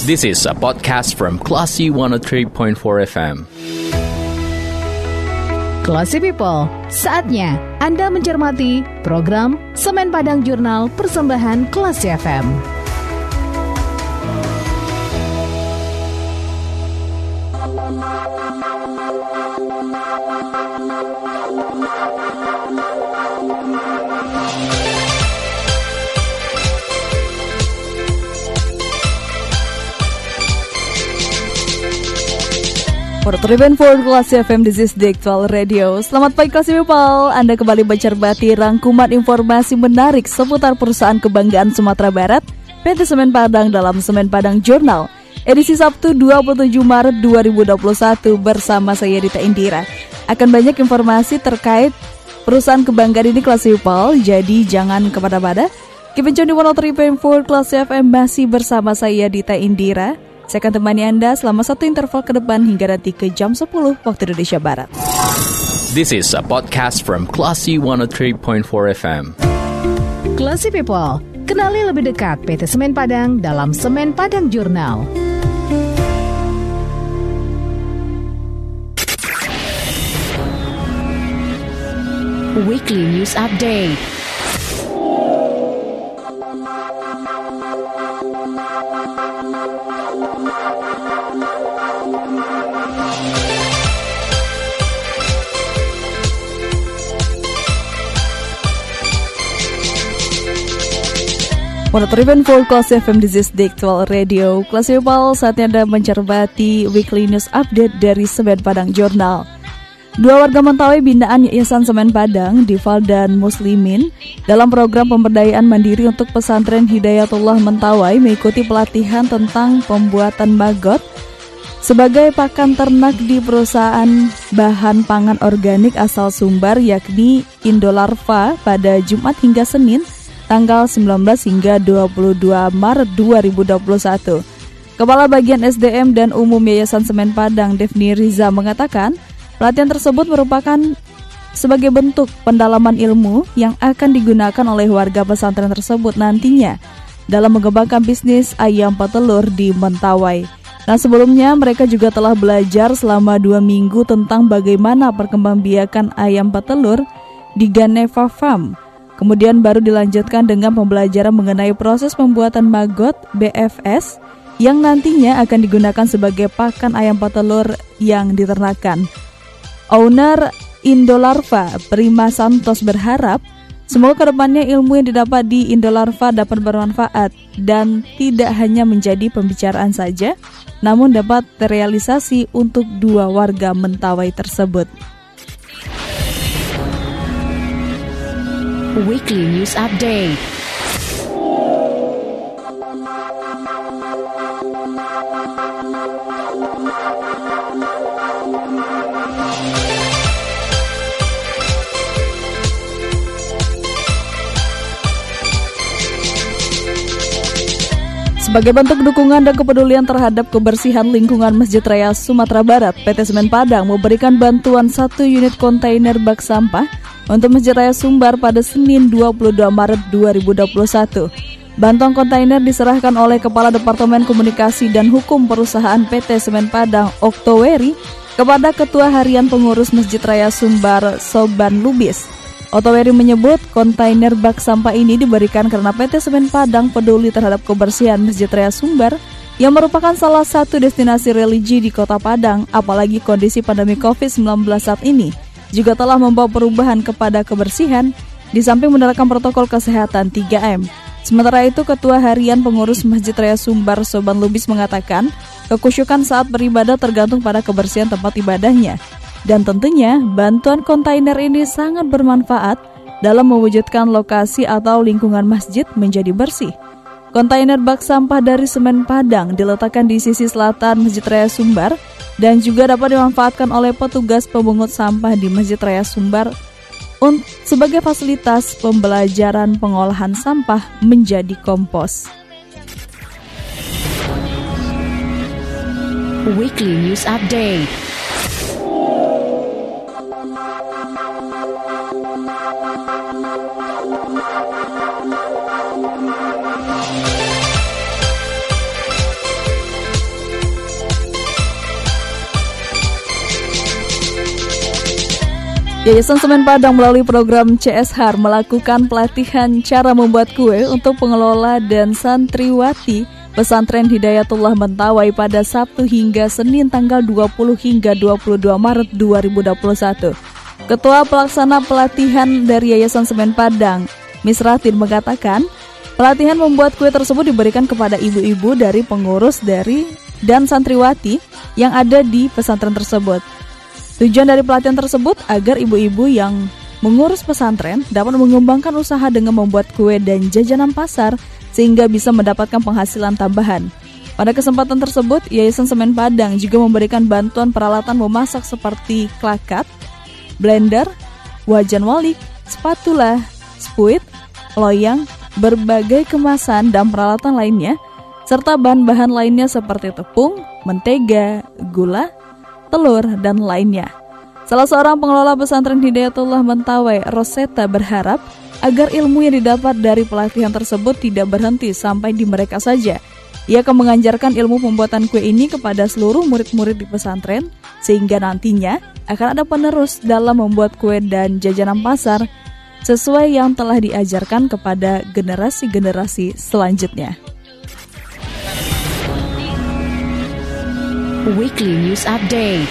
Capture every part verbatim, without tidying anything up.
This is a podcast from Classy one oh three point four F M. Classy People, saatnya Anda mencermati program Semen Padang Jurnal persembahan Classy F M. one oh three point four Classy F M, this is the actual radio. Selamat pagi Classy People, Anda kembali mencermati rangkuman informasi menarik seputar perusahaan kebanggaan Sumatera Barat, P T Semen Padang dalam Semen Padang Jurnal, edisi Sabtu dua puluh tujuh Maret dua ribu dua puluh satu bersama saya Dita Indira. Akan banyak informasi terkait perusahaan kebanggaan ini Classy People, jadi jangan kemana-mana. Keep in tune di one oh three point four Classy F M masih bersama saya Dita Indira. Saya akan temani Anda selama satu interval ke depan hingga nanti ke jam sepuluh waktu Indonesia Barat. This is a podcast from Classy one oh three point four F M. Classy People, kenali lebih dekat P T Semen Padang dalam Semen Padang Jurnal. Weekly News Update. one oh three point four Classy F M, this is the actual radio. Classy People, saatnya Anda mencermati Weekly News Update dari Semen Padang Jurnal. Dua warga Mentawai binaan Yayasan Semen Padang, Difal dan Muslimin, dalam program pemberdayaan mandiri untuk pesantren Hidayatullah Mentawai mengikuti pelatihan tentang pembuatan maggot sebagai pakan ternak di perusahaan bahan pangan organik asal Sumbar yakni Indolarva pada Jumat hingga Senin tanggal sembilan belas hingga dua puluh dua Maret dua ribu dua puluh satu. Kepala Bagian S D M dan Umum Yayasan Semen Padang, Devni Riza, mengatakan pelatihan tersebut merupakan sebagai bentuk pendalaman ilmu yang akan digunakan oleh warga pesantren tersebut nantinya dalam mengembangkan bisnis ayam petelur di Mentawai. Nah, sebelumnya mereka juga telah belajar selama dua minggu tentang bagaimana perkembangbiakan ayam petelur di Ganeva Farm. Kemudian baru dilanjutkan dengan pembelajaran mengenai proses pembuatan maggot B F S yang nantinya akan digunakan sebagai pakan ayam petelur yang diternakan. Owner Indolarva, Prima Santos, berharap semoga kedepannya ilmu yang didapat di Indolarva dapat bermanfaat dan tidak hanya menjadi pembicaraan saja, namun dapat terrealisasi untuk dua warga Mentawai tersebut. Weekly News Update. Sebagai bentuk dukungan dan kepedulian terhadap kebersihan lingkungan Masjid Raya Sumatera Barat, P T Semen Padang memberikan bantuan satu unit kontainer bak sampah untuk Masjid Raya Sumbar pada Senin dua puluh dua Maret dua ribu dua puluh satu. Bantuan kontainer diserahkan oleh Kepala Departemen Komunikasi dan Hukum Perusahaan P T Semen Padang, Oktoweri, kepada Ketua Harian Pengurus Masjid Raya Sumbar, Soban Lubis. Oktoweri menyebut kontainer bak sampah ini diberikan karena P T Semen Padang peduli terhadap kebersihan Masjid Raya Sumbar yang merupakan salah satu destinasi religi di Kota Padang, apalagi kondisi pandemi covid sembilan belas saat ini juga telah membawa perubahan kepada kebersihan di samping menerapkan protokol kesehatan tiga M. Sementara itu, Ketua Harian Pengurus Masjid Raya Sumbar, Soban Lubis, mengatakan kekhusyukan saat beribadah tergantung pada kebersihan tempat ibadahnya. Dan tentunya bantuan kontainer ini sangat bermanfaat dalam mewujudkan lokasi atau lingkungan masjid menjadi bersih. Kontainer bak sampah dari Semen Padang diletakkan di sisi selatan Masjid Raya Sumbar dan juga dapat dimanfaatkan oleh petugas pemungut sampah di Masjid Raya Sumbar untuk sebagai fasilitas pembelajaran pengolahan sampah menjadi kompos. Weekly News Update. Yayasan Semen Padang melalui program C S H A R melakukan pelatihan cara membuat kue untuk pengelola dan santriwati Pesantren Hidayatullah Mentawai pada Sabtu hingga Senin tanggal dua puluh hingga dua puluh dua Maret dua ribu dua puluh satu. Ketua Pelaksana Pelatihan dari Yayasan Semen Padang, Misratin, mengatakan pelatihan membuat kue tersebut diberikan kepada ibu-ibu dari pengurus dari dan santriwati yang ada di pesantren tersebut. Tujuan dari pelatihan tersebut agar ibu-ibu yang mengurus pesantren dapat mengembangkan usaha dengan membuat kue dan jajanan pasar sehingga bisa mendapatkan penghasilan tambahan. Pada kesempatan tersebut, Yayasan Semen Padang juga memberikan bantuan peralatan memasak seperti klakat, blender, wajan walik, spatula, spuit, loyang, berbagai kemasan dan peralatan lainnya, serta bahan-bahan lainnya seperti tepung, mentega, gula, telur, dan lainnya. Salah seorang pengelola pesantren Hidayatullah Mentawai, Rosetta, berharap agar ilmu yang didapat dari pelatihan tersebut tidak berhenti sampai di mereka saja. Ia akan mengajarkan ilmu pembuatan kue ini kepada seluruh murid-murid di pesantren, sehingga nantinya akan ada penerus dalam membuat kue dan jajanan pasar sesuai yang telah diajarkan kepada generasi-generasi selanjutnya. Weekly News Update.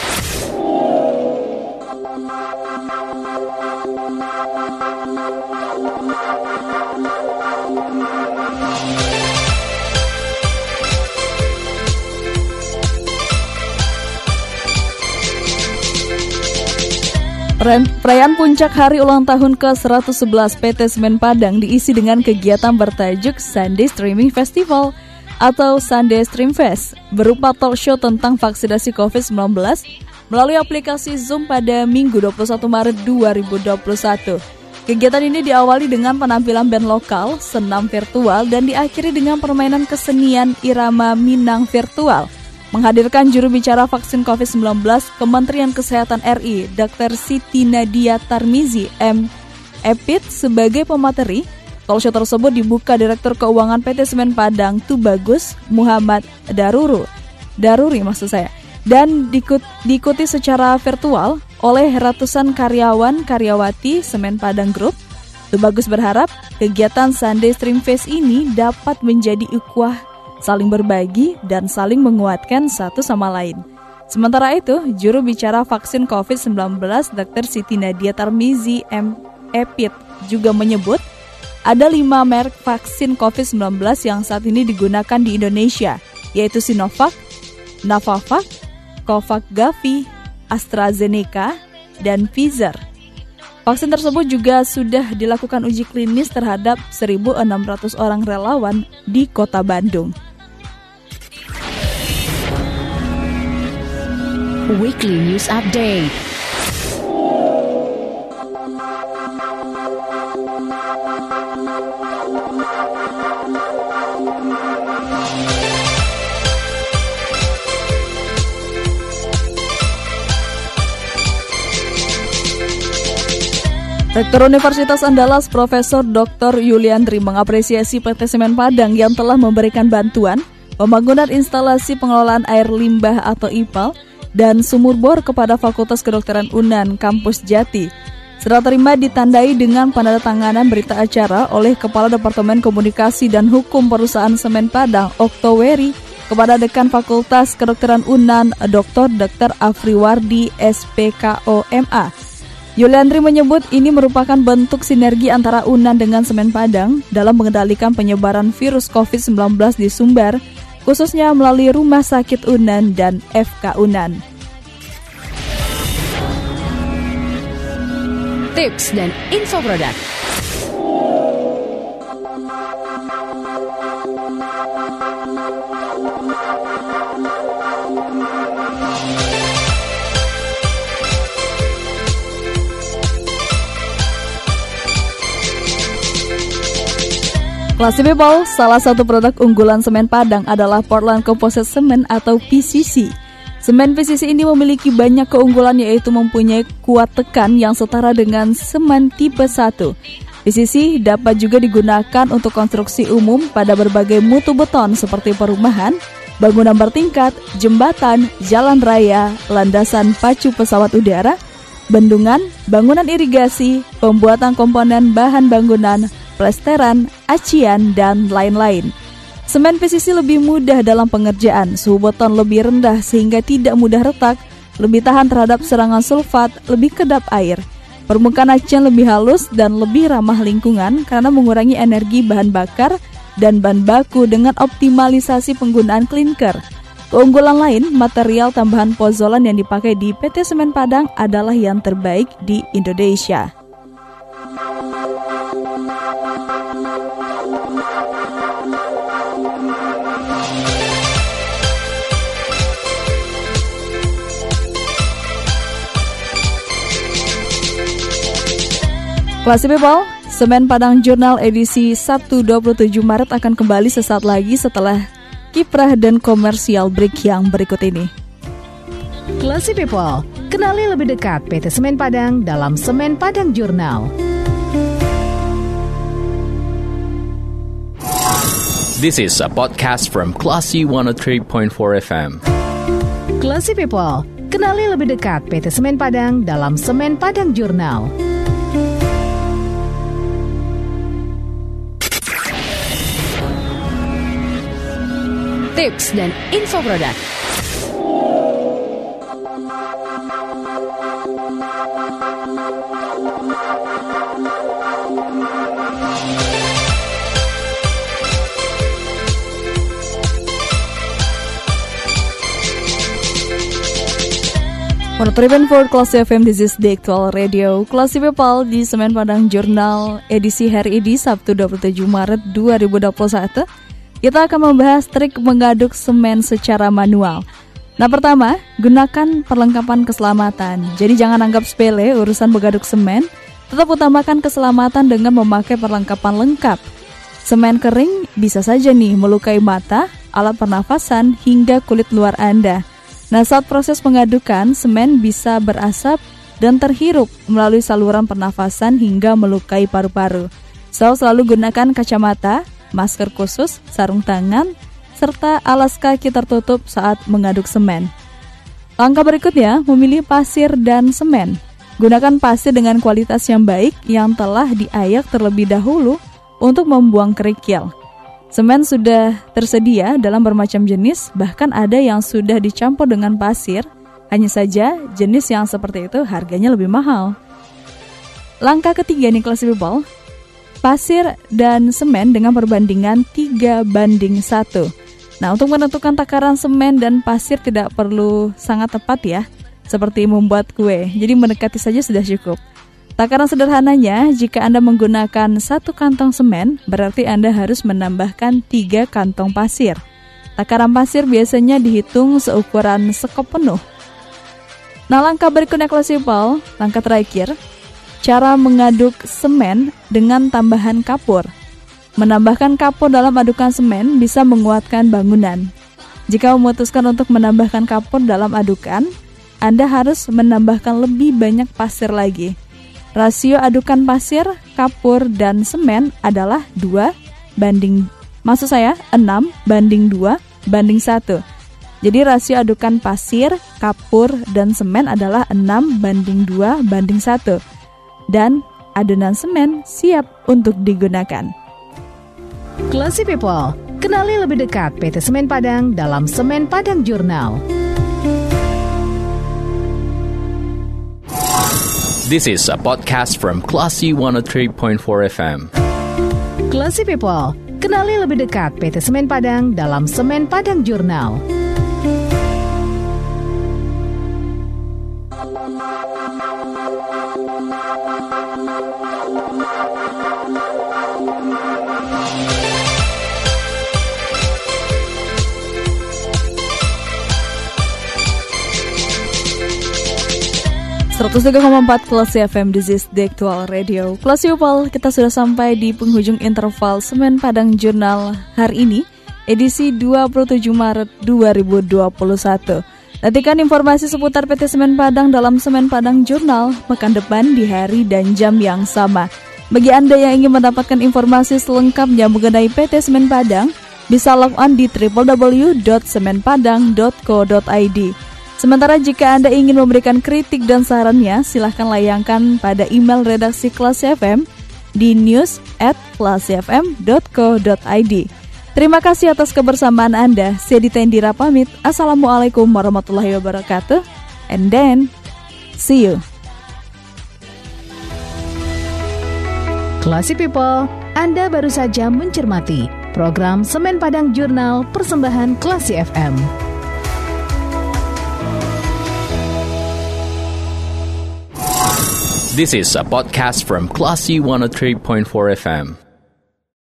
Perayaan puncak hari ulang tahun ke seratus sebelas P T Semen Padang diisi dengan kegiatan bertajuk Sunday Streaming Festival atau Sunday Stream Fest, berupa talk show tentang vaksinasi covid sembilan belas melalui aplikasi Zoom pada Minggu dua puluh satu Maret dua ribu dua puluh satu. Kegiatan ini diawali dengan penampilan band lokal, senam virtual, dan diakhiri dengan permainan kesenian irama Minang virtual. Menghadirkan juru bicara vaksin covid sembilan belas Kementerian Kesehatan R I, Doktor Siti Nadia Tarmizi, M Epid, sebagai pemateri. Talk show tersebut dibuka Direktur Keuangan P T Semen Padang Tubagus Muhammad Daruru, Daruri maksud saya, dan diikut, diikuti secara virtual oleh ratusan karyawan karyawati Semen Padang Group. Tubagus berharap kegiatan Sunday Stream Fest ini dapat menjadi ukhuwah, saling berbagi dan saling menguatkan satu sama lain. Sementara itu, juru bicara vaksin covid sembilan belas Doktor Siti Nadia Tarmizi M Epid juga menyebut ada lima merek vaksin covid sembilan belas yang saat ini digunakan di Indonesia, yaitu Sinovac, Novavax, Covax-Gavi, AstraZeneca, dan Pfizer. Vaksin tersebut juga sudah dilakukan uji klinis terhadap seribu enam ratus orang relawan di Kota Bandung. Weekly News Update. Rektor Universitas Andalas Profesor Doktor Yuliandri mengapresiasi P T Semen Padang yang telah memberikan bantuan pembangunan instalasi pengelolaan air limbah atau I P A L dan sumur bor kepada Fakultas Kedokteran U N A N Kampus Jati. Serah terima ditandai dengan penandatanganan berita acara oleh Kepala Departemen Komunikasi dan Hukum Perusahaan Semen Padang Oktoweri kepada Dekan Fakultas Kedokteran U N A N Doktor Doktor Afriwardi S P K O M A. Yuliandri menyebut ini merupakan bentuk sinergi antara U N A N dengan Semen Padang dalam mengendalikan penyebaran virus covid sembilan belas di Sumbar, khususnya melalui Rumah Sakit U N A N dan F K U N A N. Tips dan info produk. Classy People, salah satu produk unggulan Semen Padang adalah Portland Composite Cement atau P C C. Semen P C C ini memiliki banyak keunggulan, yaitu mempunyai kuat tekan yang setara dengan semen tipe satu. P C C dapat juga digunakan untuk konstruksi umum pada berbagai mutu beton seperti perumahan, bangunan bertingkat, jembatan, jalan raya, landasan pacu pesawat udara, bendungan, bangunan irigasi, pembuatan komponen bahan bangunan, plesteran, acian, dan lain-lain. Semen P C C lebih mudah dalam pengerjaan, suhu beton lebih rendah sehingga tidak mudah retak, lebih tahan terhadap serangan sulfat, lebih kedap air. Permukaan acian lebih halus dan lebih ramah lingkungan karena mengurangi energi bahan bakar dan bahan baku dengan optimalisasi penggunaan klinker. Keunggulan lain, material tambahan pozolan yang dipakai di P T Semen Padang adalah yang terbaik di Indonesia. Classy People, Semen Padang Jurnal edisi Sabtu dua puluh tujuh Maret akan kembali sesaat lagi setelah kiprah dan komersial break yang berikut ini. Classy People, kenali lebih dekat P T Semen Padang dalam Semen Padang Jurnal. This is a podcast from Classy one oh three point four F M. Classy People, kenali lebih dekat P T Semen Padang dalam Semen Padang Jurnal. Tips dan info produk. one oh three point four Classy F M, this is the actual radio. Classy People di Semen Padang Jurnal edisi hari ini Sabtu dua puluh tujuh Maret dua ribu dua puluh satu. Kita akan membahas trik mengaduk semen secara manual. Nah, pertama, gunakan perlengkapan keselamatan. Jadi jangan anggap sepele urusan mengaduk semen, tetap utamakan keselamatan dengan memakai perlengkapan lengkap. Semen kering bisa saja nih melukai mata, alat pernafasan, hingga kulit luar Anda. Nah, saat proses pengadukan, semen bisa berasap dan terhirup melalui saluran pernafasan hingga melukai paru-paru. So, selalu gunakan kacamata, masker khusus, sarung tangan, serta alas kaki tertutup saat mengaduk semen. Langkah berikutnya, memilih pasir dan semen. Gunakan pasir dengan kualitas yang baik yang telah diayak terlebih dahulu untuk membuang kerikil. Semen sudah tersedia dalam bermacam jenis, bahkan ada yang sudah dicampur dengan pasir. Hanya saja jenis yang seperti itu harganya lebih mahal. Langkah ketiga nih Classy People, pasir dan semen dengan perbandingan tiga banding satu. Nah, untuk menentukan takaran semen dan pasir tidak perlu sangat tepat ya, seperti membuat kue, jadi mendekati saja sudah cukup. Takaran sederhananya, jika Anda menggunakan satu kantong semen, berarti Anda harus menambahkan tiga kantong pasir. Takaran pasir biasanya dihitung seukuran sekop penuh. Nah, langkah berikutnya Classy People, langkah terakhir, cara mengaduk semen dengan tambahan kapur. Menambahkan kapur dalam adukan semen bisa menguatkan bangunan. Jika memutuskan untuk menambahkan kapur dalam adukan, Anda harus menambahkan lebih banyak pasir lagi. Rasio adukan pasir, kapur, dan semen adalah dua banding, maksud saya enam banding dua banding satu. Jadi rasio adukan pasir, kapur, dan semen adalah enam banding dua banding satu. Dan adonan semen siap untuk digunakan. Classy People, kenali lebih dekat P T Semen Padang dalam Semen Padang Jurnal. This is a podcast from Classy one oh three point four F M. Classy People, kenali lebih dekat P T Semen Padang dalam Semen Padang Jurnal. seratus tiga koma empat Classy F M, this is the actual radio. Classy People, kita sudah sampai di penghujung interval Semen Padang Jurnal hari ini, edisi dua puluh tujuh Maret dua ribu dua puluh satu. Nantikan informasi seputar P T Semen Padang dalam Semen Padang Jurnal pekan depan di hari dan jam yang sama. Bagi Anda yang ingin mendapatkan informasi selengkapnya mengenai P T Semen Padang, bisa log on di w w w dot semen padang dot co dot i d. Sementara jika Anda ingin memberikan kritik dan sarannya, silahkan layangkan pada email redaksi Klasi F M di news at klasi f m dot co dot i d. Terima kasih atas kebersamaan Anda. Saya Dita Indira pamit. Assalamualaikum warahmatullahi wabarakatuh. And then, see you. Classy People, Anda baru saja mencermati program Semen Padang Jurnal persembahan Classy F M. This is a podcast from Classy one oh three point four F M.